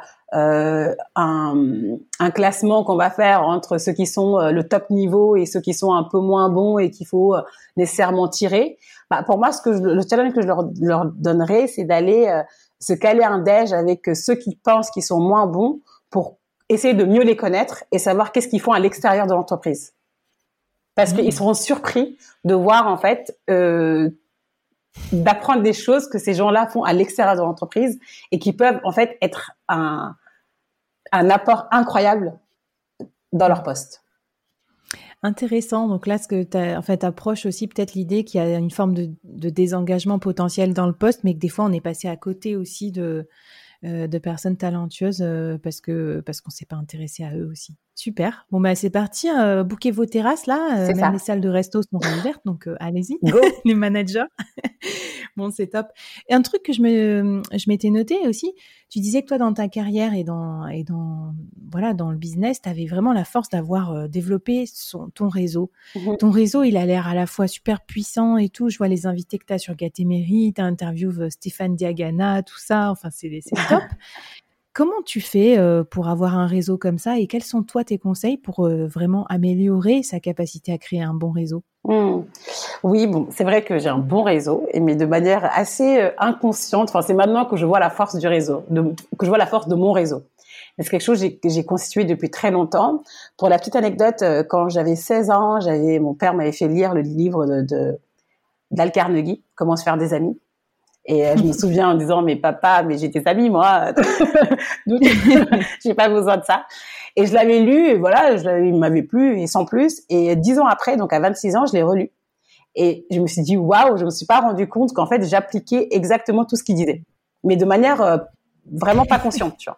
un classement qu'on va faire entre ceux qui sont le top niveau et ceux qui sont un peu moins bons et qu'il faut nécessairement tirer. Bah, pour moi, le challenge que leur donnerais, c'est d'aller se caler un déj avec ceux qui pensent qu'ils sont moins bons pour essayer de mieux les connaître et savoir qu'est-ce qu'ils font à l'extérieur de l'entreprise. Parce qu'ils Mmh. seront surpris de voir en fait d'apprendre des choses que ces gens-là font à l'extérieur de l'entreprise et qui peuvent en fait être un apport incroyable dans leur poste. Intéressant. Donc là, ce que tu en fait, approches aussi peut-être l'idée qu'il y a une forme de désengagement potentiel dans le poste, mais que des fois, on est passé à côté aussi de personnes talentueuses parce qu'on s'est pas intéressé à eux aussi. Super. Bon, bah, c'est parti. Booker vos terrasses là. C'est Même ça. les salles de resto sont réouvertes, donc allez-y, Go. les managers. Bon, c'est top. Et un truc que je m'étais noté aussi, tu disais que toi, dans ta carrière voilà, dans le business, tu avais vraiment la force d'avoir développé ton réseau. Mhm. Ton réseau, il a l'air à la fois super puissant et tout. Je vois les invités que tu as sur Gatémeri, tu interviewes Stéphane Diagana, tout ça. Enfin, c'est top. Comment tu fais pour avoir un réseau comme ça et quels sont toi tes conseils pour vraiment améliorer sa capacité à créer un bon réseau? Mm. Oui, bon, c'est vrai que j'ai un bon réseau, mais de manière assez inconsciente. Enfin, c'est maintenant que je vois la force du réseau, que je vois la force de mon réseau. C'est quelque chose que j'ai constitué depuis très longtemps. Pour la petite anecdote, quand j'avais 16 ans, mon père m'avait fait lire le livre d'Al Carnegie, Comment se faire des amis. Et je me souviens en disant, mais papa, mais j'ai tes amis, moi. Donc, j'ai pas besoin de ça. Et je l'avais lu, et voilà, il m'avait plu, et sans plus. Et 10 ans après, donc à 26 ans, je l'ai relu. Et je me suis dit, waouh, je me suis pas rendu compte qu'en fait, j'appliquais exactement tout ce qu'il disait. Mais de manière vraiment pas consciente, tu vois.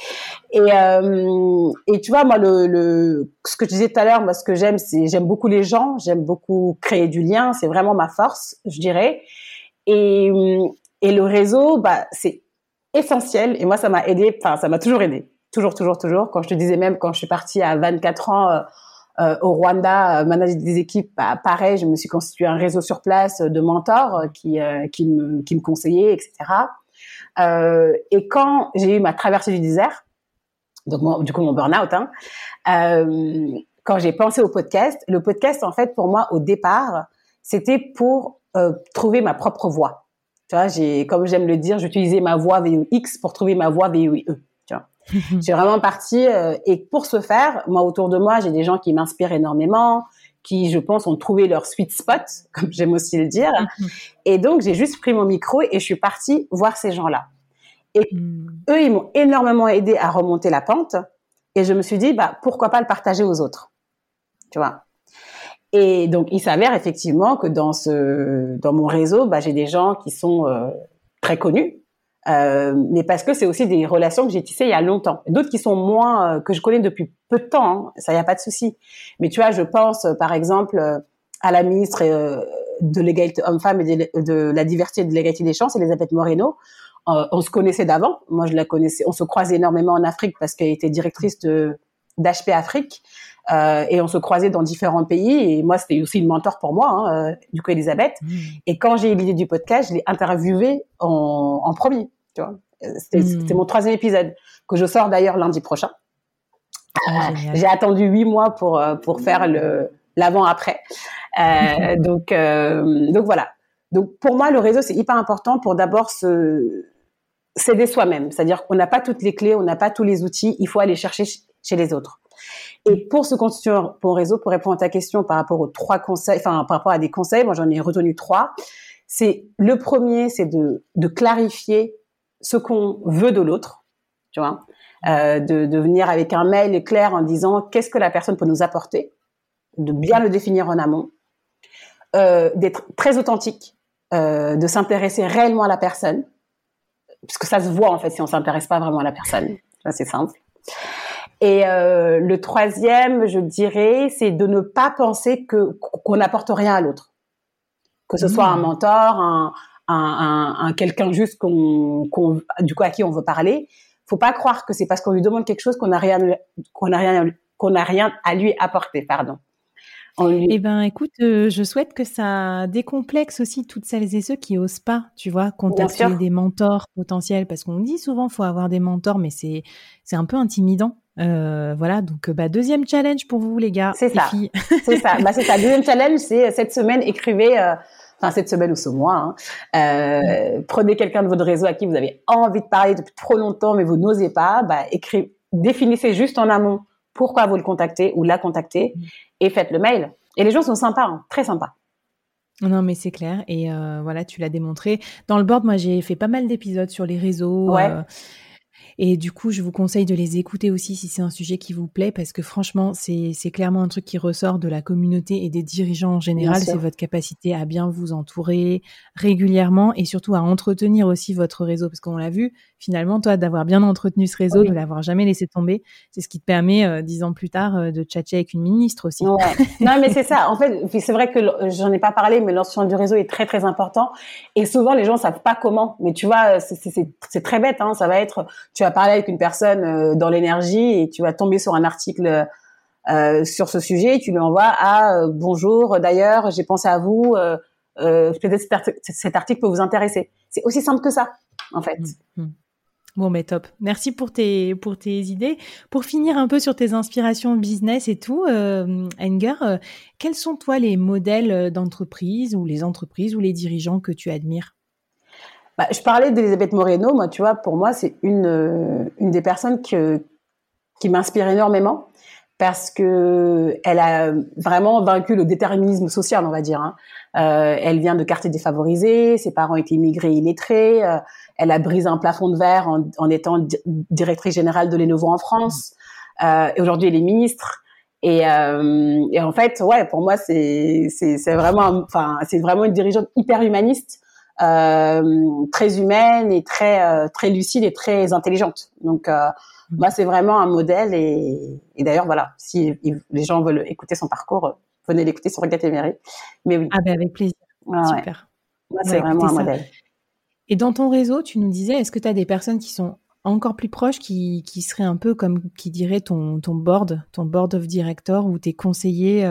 Et tu vois, moi, ce que tu disais tout à l'heure, moi, ce que j'aime beaucoup les gens, j'aime beaucoup créer du lien, c'est vraiment ma force, je dirais. Et, et le réseau, bah, c'est essentiel. Et moi, ça m'a aidé, enfin, ça m'a toujours aidé. Toujours, toujours, toujours. Quand je te disais même, quand je suis partie à 24 ans au Rwanda, manager des équipes, bah, pareil, je me suis constitué un réseau sur place de mentors qui me conseillaient, etc. Et quand j'ai eu ma traversée du désert, donc du coup mon burn-out, hein, quand j'ai pensé au podcast, le podcast, en fait, pour moi, au départ, c'était pour trouver ma propre voix. Tu vois, comme j'aime le dire, j'utilisais ma voix VOX pour trouver ma voix VOIE. Tu vois. J'ai vraiment parti, et pour ce faire, moi, autour de moi, j'ai des gens qui m'inspirent énormément, qui, je pense, ont trouvé leur sweet spot, comme j'aime aussi le dire. Et donc, j'ai juste pris mon micro et je suis partie voir ces gens-là. Et eux, ils m'ont énormément aidé à remonter la pente. Et je me suis dit, pourquoi pas le partager aux autres, tu vois. Et donc, il s'avère effectivement que dans mon réseau, j'ai des gens qui sont très connus, mais parce que c'est aussi des relations que j'ai tissées il y a longtemps. D'autres qui sont moins, que je connais depuis peu de temps, hein, ça y a pas de souci. Mais tu vois, je pense par exemple à la ministre de l'égalité homme-femme et de la diversité et de l'égalité des chances, Elisabeth Moreno. On se connaissait d'avant. Moi, je la connaissais. On se croisait énormément en Afrique parce qu'elle était directrice d'HP Afrique. Et on se croisait dans différents pays. Et moi, c'était aussi une mentor pour moi, hein, du coup, Elisabeth. Et quand j'ai eu l'idée du podcast, je l'ai interviewée en premier. Tu vois, c'était mon 3e épisode que je sors d'ailleurs lundi prochain. J'ai attendu 8 mois pour faire l'avant-après. Donc voilà. Donc pour moi, le réseau, c'est hyper important pour d'abord s'aider soi-même. C'est-à-dire qu'on n'a pas toutes les clés, on n'a pas tous les outils. Il faut aller chercher chez les autres. Et pour se constituer pour réseau, pour répondre à ta question par rapport aux 3 conseils, par rapport à des conseils, moi j'en ai retenu 3. C'est le premier, c'est de clarifier ce qu'on veut de l'autre, tu vois, de venir avec un mail clair en disant qu'est-ce que la personne peut nous apporter, de bien le définir en amont, d'être très authentique, de s'intéresser réellement à la personne, puisque ça se voit en fait si on s'intéresse pas vraiment à la personne, ça c'est simple. Et le 3e, je dirais, c'est de ne pas penser qu'on n'apporte rien à l'autre, que ce soit un mentor, un quelqu'un juste du coup à qui on veut parler. Faut pas croire que c'est parce qu'on lui demande quelque chose qu'on n'a rien à lui apporter, pardon. Eh ben, écoute, je souhaite que ça décomplexe aussi toutes celles et ceux qui osent pas, tu vois, contacter des mentors potentiels, parce qu'on dit souvent faut avoir des mentors, mais c'est un peu intimidant. Voilà, donc 2e challenge pour vous les gars, c'est les ça. filles. C'est ça. C'est ça. 2e challenge, c'est cette semaine écrivez. Cette semaine ou ce mois, prenez quelqu'un de votre réseau à qui vous avez envie de parler depuis trop longtemps, mais vous n'osez pas. Définissez juste en amont pourquoi vous le contactez ou la contactez et faites le mail. Et les gens sont sympas, hein, très sympas. Non, mais c'est clair. Et voilà, tu l'as démontré. Dans le board, moi, j'ai fait pas mal d'épisodes sur les réseaux. Ouais. Et du coup, je vous conseille de les écouter aussi si c'est un sujet qui vous plaît, parce que franchement, c'est clairement un truc qui ressort de la communauté et des dirigeants en général. C'est votre capacité à bien vous entourer régulièrement et surtout à entretenir aussi votre réseau. Parce qu'on l'a vu, finalement, toi, d'avoir bien entretenu ce réseau, de l'avoir jamais laissé tomber, c'est ce qui te permet, 10 ans plus tard, de tchatcher avec une ministre aussi. Ouais. Non, mais c'est ça. En fait, c'est vrai que j'en ai pas parlé, mais l'entretien du réseau est très, très important. Et souvent, les gens savent pas comment. Mais tu vois, c'est très bête, hein. Ça va être, tu vas parler avec une personne dans l'énergie et tu vas tomber sur un article sur ce sujet et tu lui envoies bonjour, d'ailleurs, j'ai pensé à vous, peut-être cet article peut vous intéresser. C'est aussi simple que ça, en fait. Bon, mais top. Merci pour tes idées. Pour finir un peu sur tes inspirations business et tout, Enger, quels sont toi les modèles d'entreprise ou les entreprises ou les dirigeants que tu admires? Je parlais d'Elisabeth Moreno. Moi, tu vois, pour moi, c'est une des personnes qui m'inspire énormément parce que elle a vraiment vaincu le déterminisme social, on va dire. Hein. Elle vient de quartiers défavorisés, ses parents étaient immigrés illettrés. Elle a brisé un plafond de verre en étant directrice générale de Lenovo en France. Et aujourd'hui, elle est ministre. Et en fait, ouais, pour moi, c'est vraiment, c'est vraiment une dirigeante hyper humaniste, très humaine et très lucide et très intelligente. Donc, moi, c'est vraiment un modèle. Et d'ailleurs, voilà, si les gens veulent écouter son parcours, venez l'écouter sur Agathe Emery. Mais oui. Ah ben avec plaisir. Super. Moi, c'est vraiment un modèle. Et dans ton réseau, tu nous disais, est-ce que tu as des personnes qui sont encore plus proches, qui seraient un peu comme, qui dirait ton board of director ou tes conseillers,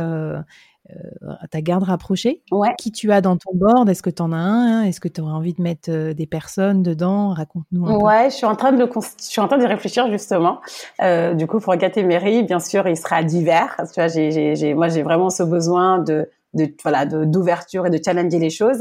ta garde rapprochée? Ouais. Qui tu as dans ton board? Est-ce que tu en as un? Est-ce que tu aurais envie de mettre des personnes dedans? Raconte-nous un peu. Ouais, je suis en train d'y réfléchir justement. Du coup, pour Agathe Emery, bien sûr, il sera divers. Tu vois, moi, j'ai vraiment ce besoin d'ouverture et de challenger les choses.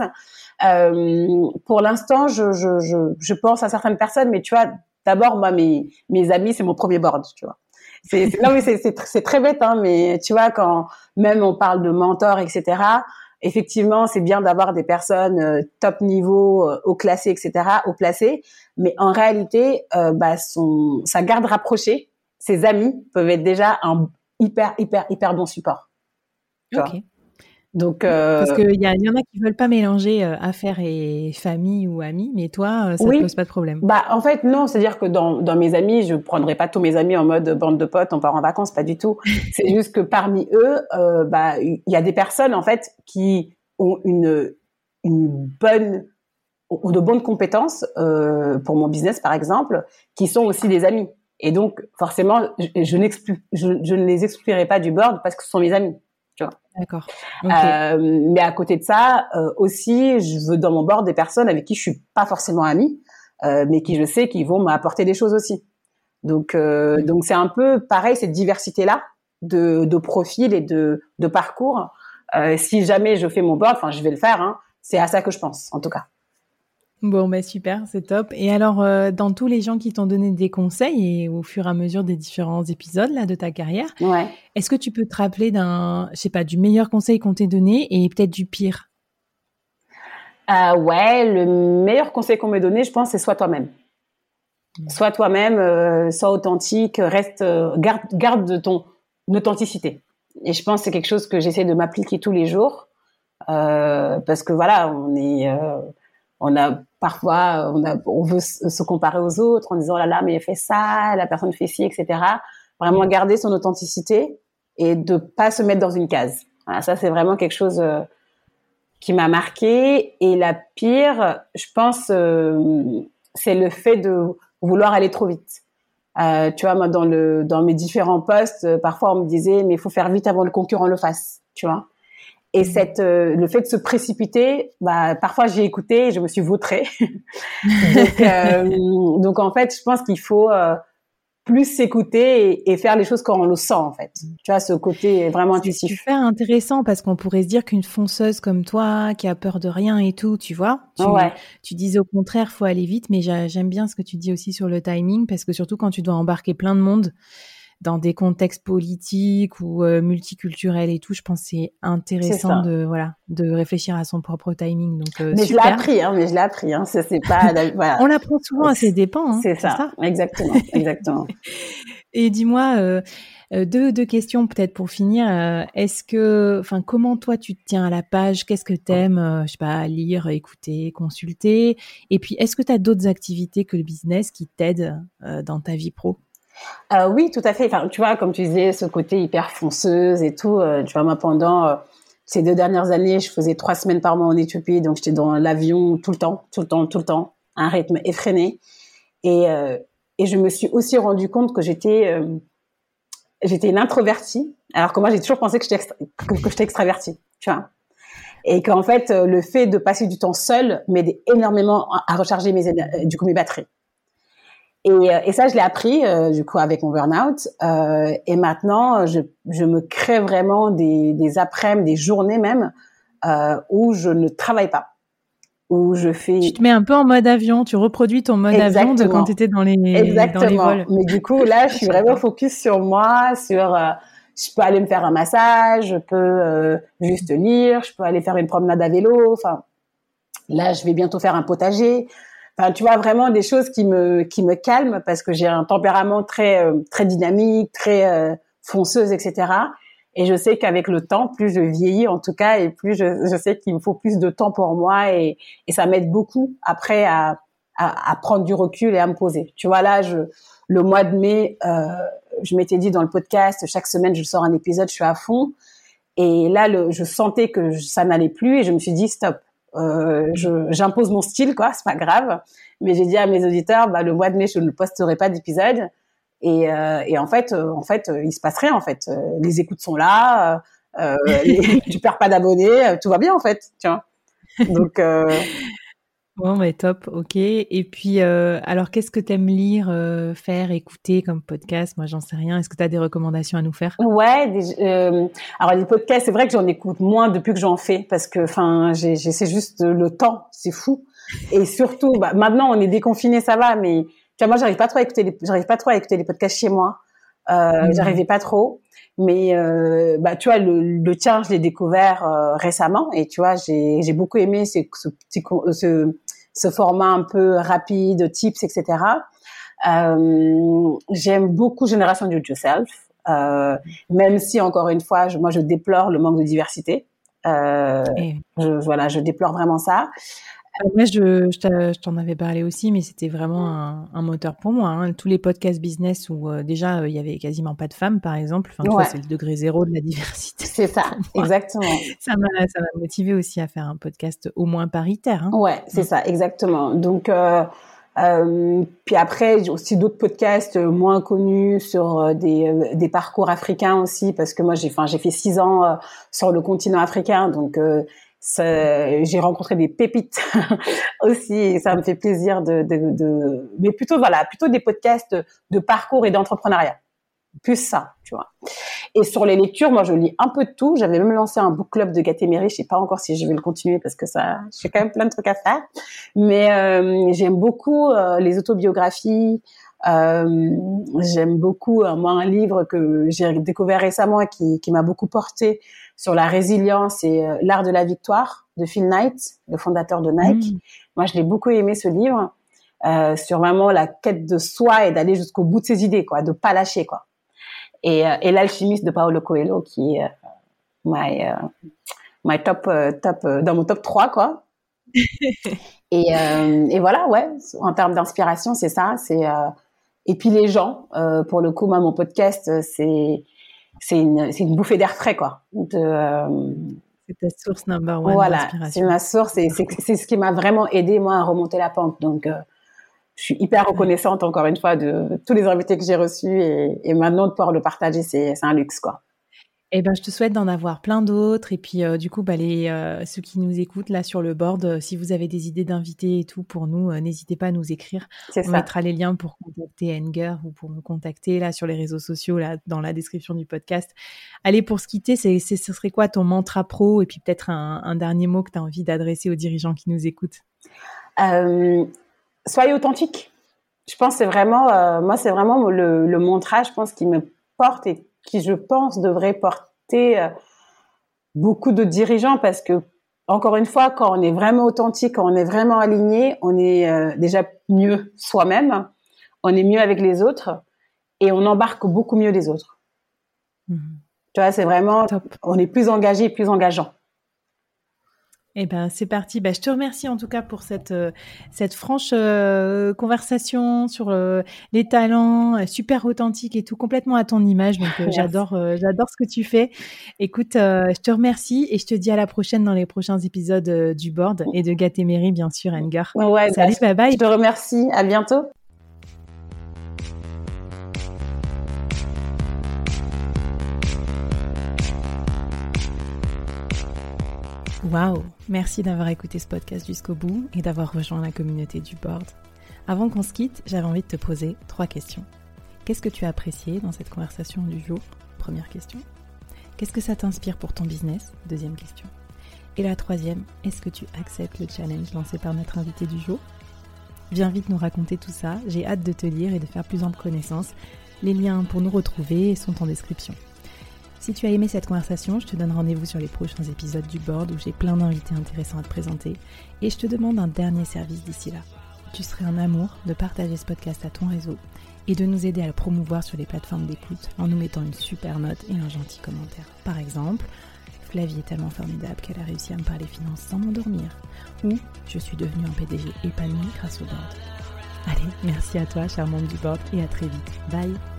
Pour l'instant, je pense à certaines personnes, mais tu vois, d'abord, moi, mes amis, c'est mon premier board, tu vois. Non, mais c'est très bête, hein, mais tu vois, quand même on parle de mentor, etc., effectivement, c'est bien d'avoir des personnes top niveau, haut classé, etc., haut placé. Mais en réalité, sa garde rapprochée, ses amis peuvent être déjà un hyper bon support. Tu vois. Ok. Donc, Parce qu'il y en a qui veulent pas mélanger affaires et famille ou amis, mais toi, ça te pose pas de problème. Bah, en fait, non. C'est-à-dire que dans mes amis, je prendrai pas tous mes amis en mode bande de potes, on part en vacances, pas du tout. C'est juste que parmi eux, il y a des personnes, en fait, qui ont de bonnes compétences, pour mon business, par exemple, qui sont aussi des amis. Et donc, forcément, je ne les exclurai pas du board parce que ce sont mes amis. Tu vois. D'accord. Okay. Mais à côté de ça, aussi, je veux dans mon board des personnes avec qui je suis pas forcément amie, mais qui je sais qu'ils vont m'apporter des choses aussi. Donc c'est un peu pareil, cette diversité-là de profils et de parcours. Si jamais je fais mon board, enfin, je vais le faire, hein, c'est à ça que je pense, en tout cas. Bon, super, c'est top. Et alors, dans tous les gens qui t'ont donné des conseils et au fur et à mesure des différents épisodes là de ta carrière, est-ce que tu peux te rappeler du meilleur conseil qu'on t'ait donné et peut-être du pire? Le meilleur conseil qu'on m'ait donné, je pense, c'est sois toi-même. Sois toi-même, sois authentique, garde ton authenticité. Et je pense que c'est quelque chose que j'essaie de m'appliquer tous les jours, parce que voilà, on veut se comparer aux autres en disant, oh là là, mais elle fait ça, la personne fait ci, etc. Vraiment garder son authenticité et de pas se mettre dans une case. Voilà, ça, c'est vraiment quelque chose qui m'a marqué. Et la pire, je pense, c'est le fait de vouloir aller trop vite. Tu vois, moi, dans mes différents postes, parfois on me disait, mais il faut faire vite avant que le concurrent le fasse, tu vois. Et le fait de se précipiter, parfois j'ai écouté et je me suis vautrée. donc en fait, je pense qu'il faut plus s'écouter et faire les choses quand on le sent, en fait. Tu vois, ce côté vraiment intuitif. C'est super intéressant parce qu'on pourrait se dire qu'une fonceuse comme toi, qui a peur de rien et tout, tu vois, tu disais au contraire, faut aller vite, mais j'aime bien ce que tu dis aussi sur le timing parce que surtout quand tu dois embarquer plein de monde dans des contextes politiques ou multiculturels et tout, je pense que c'est intéressant de réfléchir à son propre timing. Donc, mais je l'ai appris, hein. C'est pas, voilà. On l'apprend souvent à ses dépens, hein. C'est ça. Exactement. Et dis-moi, deux questions peut-être pour finir. Comment toi tu te tiens à la page? Qu'est-ce que t'aimes, lire, écouter, consulter? Et puis, est-ce que tu as d'autres activités que le business qui t'aident dans ta vie pro? Oui, tout à fait. Enfin, tu vois, comme tu disais, ce côté hyper fonceuse et tout. Tu vois, moi, pendant ces 2 dernières années, je faisais 3 semaines par mois en Éthiopie, donc j'étais dans l'avion tout le temps, un rythme effréné. Et je me suis aussi rendu compte que j'étais une introvertie, alors que moi, j'ai toujours pensé que j'étais extravertie, tu vois. Et qu'en fait, le fait de passer du temps seule m'aidait énormément à recharger mes batteries. Et ça, je l'ai appris du coup avec mon burn-out. Et maintenant, je me crée vraiment des après-midi, des journées même où je ne travaille pas, où je fais. Tu te mets un peu en mode avion. Tu reproduis ton mode avion de quand tu étais dans les vols. Mais du coup, là, je suis vraiment focus sur moi, je peux aller me faire un massage, je peux juste lire, je peux aller faire une promenade à vélo. Enfin, là, je vais bientôt faire un potager. Enfin, tu vois, vraiment des choses qui me calment parce que j'ai un tempérament très dynamique, très fonceuse, etc. Et je sais qu'avec le temps, plus je vieillis en tout cas, et plus je sais qu'il me faut plus de temps pour moi, et ça m'aide beaucoup après à prendre du recul et à me poser. Tu vois, là, le mois de mai, je m'étais dit dans le podcast, chaque semaine je sors un épisode, je suis à fond. Et là, je sentais que ça n'allait plus et je me suis dit stop. J'impose mon style, quoi, c'est pas grave. Mais j'ai dit à mes auditeurs, le mois de mai, je ne posterai pas d'épisode. Et en fait, il se passe rien, en fait. Les écoutes sont là, tu perds pas d'abonnés, tout va bien, en fait, tu vois. Donc, bon, top, ok. Et puis, alors, qu'est-ce que t'aimes lire, faire, écouter comme podcast? Moi, j'en sais rien. Est-ce que tu as des recommandations à nous faire? Ouais, alors les podcasts, c'est vrai que j'en écoute moins depuis que j'en fais parce que, c'est juste le temps, c'est fou. Et surtout, maintenant, on est déconfinés, ça va, mais tu vois, moi, j'arrive pas trop à écouter les podcasts chez moi. J'arrivais pas trop. Mais tu vois, le tien, je l'ai découvert récemment, et tu vois, j'ai beaucoup aimé ce format un peu rapide, tips, etc. J'aime beaucoup Génération Do It Yourself, même si, encore une fois, moi je déplore le manque de diversité. Je déplore vraiment ça. Moi, je t'en avais parlé aussi, mais c'était vraiment un moteur pour moi. Hein. Tous les podcasts business où déjà il y avait quasiment pas de femmes, par exemple. Enfin, tu vois, c'est le degré zéro de la diversité. C'est ça, exactement. Ça m'a motivé aussi à faire un podcast au moins paritaire. Hein. Ouais, c'est ça, exactement. Donc, puis après, j'ai aussi d'autres podcasts moins connus sur des parcours africains aussi, parce que moi, j'ai fait 6 ans sur le continent africain, donc j'ai rencontré des pépites aussi, et ça me fait plaisir mais plutôt des podcasts de parcours et d'entrepreneuriat. Plus ça, tu vois. Et sur les lectures, moi, je lis un peu de tout. J'avais même lancé un book club de Gatéméry. Je sais pas encore si je vais le continuer parce que j'ai quand même plein de trucs à faire. Mais j'aime beaucoup les autobiographies. J'aime beaucoup, moi, un livre que j'ai découvert récemment et qui m'a beaucoup porté sur la résilience et l'art de la victoire de Phil Knight, le fondateur de Nike. Moi, je l'ai beaucoup aimé, ce livre, sur vraiment la quête de soi et d'aller jusqu'au bout de ses idées, quoi, de pas lâcher, quoi. Et L'Alchimiste de Paulo Coelho, qui est my top dans mon top 3, quoi. Et voilà, ouais, en termes d'inspiration, c'est ça, et puis les gens, pour le coup, moi, mon podcast, c'est une bouffée d'air frais, quoi. C'est ta source number one d'inspiration. C'est ma source, et c'est ce qui m'a vraiment aidé, moi, à remonter la pente. Donc je suis hyper reconnaissante, encore une fois, de tous les invités que j'ai reçus, et maintenant de pouvoir le partager, c'est un luxe, quoi. Eh ben, je te souhaite d'en avoir plein d'autres. Et puis, du coup, ceux qui nous écoutent là sur le board, si vous avez des idées d'invités et tout pour nous, n'hésitez pas à nous écrire. On mettra les liens pour contacter Enger ou pour me contacter là sur les réseaux sociaux, là dans la description du podcast. Allez, pour se quitter, ce serait quoi ton mantra pro, et puis peut-être un dernier mot que tu as envie d'adresser aux dirigeants qui nous écoutent? Soyez authentique. Je pense que c'est vraiment, moi, c'est vraiment le mantra, je pense, qui me porte et qui, je pense, devrait porter beaucoup de dirigeants, parce que, encore une fois, quand on est vraiment authentique, quand on est vraiment aligné, on est déjà mieux soi-même, on est mieux avec les autres, et on embarque beaucoup mieux les autres. Tu vois, c'est vraiment, on est plus engagé, plus engageant. Eh ben, c'est parti. Je te remercie en tout cas pour cette franche conversation sur les talents, super authentique et tout, complètement à ton image. Donc, j'adore ce que tu fais. Écoute, je te remercie et je te dis à la prochaine dans les prochains épisodes du board et de Gatéméry, bien sûr, Enger. Ouais, salut, bye bye. Je te remercie. À bientôt. Waouh! Merci d'avoir écouté ce podcast jusqu'au bout et d'avoir rejoint la communauté du board. Avant qu'on se quitte, j'avais envie de te poser 3 questions. Qu'est-ce que tu as apprécié dans cette conversation du jour? Première question. Qu'est-ce que ça t'inspire pour ton business? Deuxième question. Et la troisième, est-ce que tu acceptes le challenge lancé par notre invité du jour? Viens vite nous raconter tout ça, j'ai hâte de te lire et de faire plus ample connaissance. Les liens pour nous retrouver sont en description. Si tu as aimé cette conversation, je te donne rendez-vous sur les prochains épisodes du board où j'ai plein d'invités intéressants à te présenter, et je te demande un dernier service d'ici là. Tu serais un amour de partager ce podcast à ton réseau et de nous aider à le promouvoir sur les plateformes d'écoute en nous mettant une super note et un gentil commentaire. Par exemple, Flavie est tellement formidable qu'elle a réussi à me parler finances sans m'endormir, ou je suis devenue un PDG épanoui grâce au board. Allez, merci à toi, chère membre du board, et à très vite. Bye!